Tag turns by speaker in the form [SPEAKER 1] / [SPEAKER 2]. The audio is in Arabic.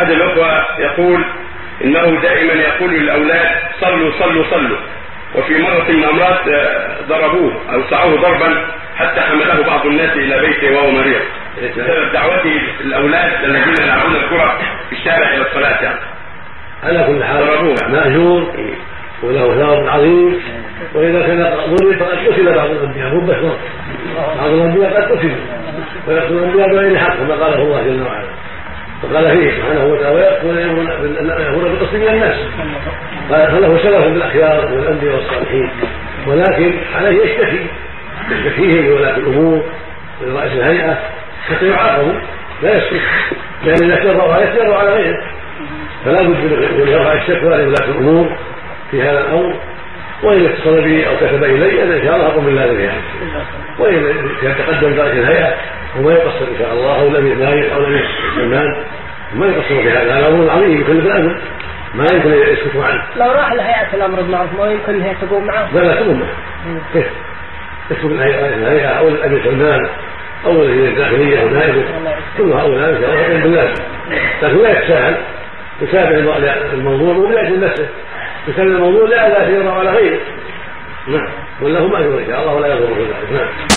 [SPEAKER 1] أحد الأخوة يقول إنه دائما يقول للأولاد صلوا صلوا صلوا، وفي مرة من الأمرات ضربوه أو سعوه ضربا حتى حمله بعض الناس إلى بيته وهو مريض بسبب دعوته الأولاد الذين يلعبون الكرة في الشارع إلى الصلاة يعني.
[SPEAKER 2] على كل حال مأجور وله ثواب عظيم، وإذا كان ضرب فقد قتل بعض الأنبياء مو بس بعض الأنبياء قد قتلوا ويقتل الأنبياء بغير حق كما قاله الله جل وعلا، وقال فيه سبحانه وتعالى ويأمرون بالقسط من الناس، فله شرف بالأخيار والأنبياء والصالحين، ولكن عليه يشتكيهم ولاة الأمور ورئيس الهيئة حتى يعاقبوا لا يسكت، لأن إذا اعترضوا يعترضوا على غيره، فلا بد من يرفع الشكوى لولاة الأمور في هذا الأمر، وإن اتصل بي أو كتب إلي أنا إن شاء الله أقوم بالله بها، وإن تقدم رئيس الهيئة وما يقصر إن شاء الله أو لم يتنايل أو لم يسلمان ما يقصر في هذا أمر عظيم يكلف الأمر ما يمكن يسكتوا عنه.
[SPEAKER 3] لو راح لهيئة الأمر بالمعروف ما يمكن هي تقوم معه؟
[SPEAKER 2] لا تقوم معه، كيف؟ تكتب الهيئة أو الأمير سلمان أو الوزير الداخلية أو نائبه، كل هؤلاء إن شاء الله يقوم بالله، لكن لا يتساهل، يتابع الموضوع ولا يجد نفسه، يتابع الموضوع لا يضر على غيره. نعم، وله مأجور إن شاء الله ولا يضر ذلك. نعم.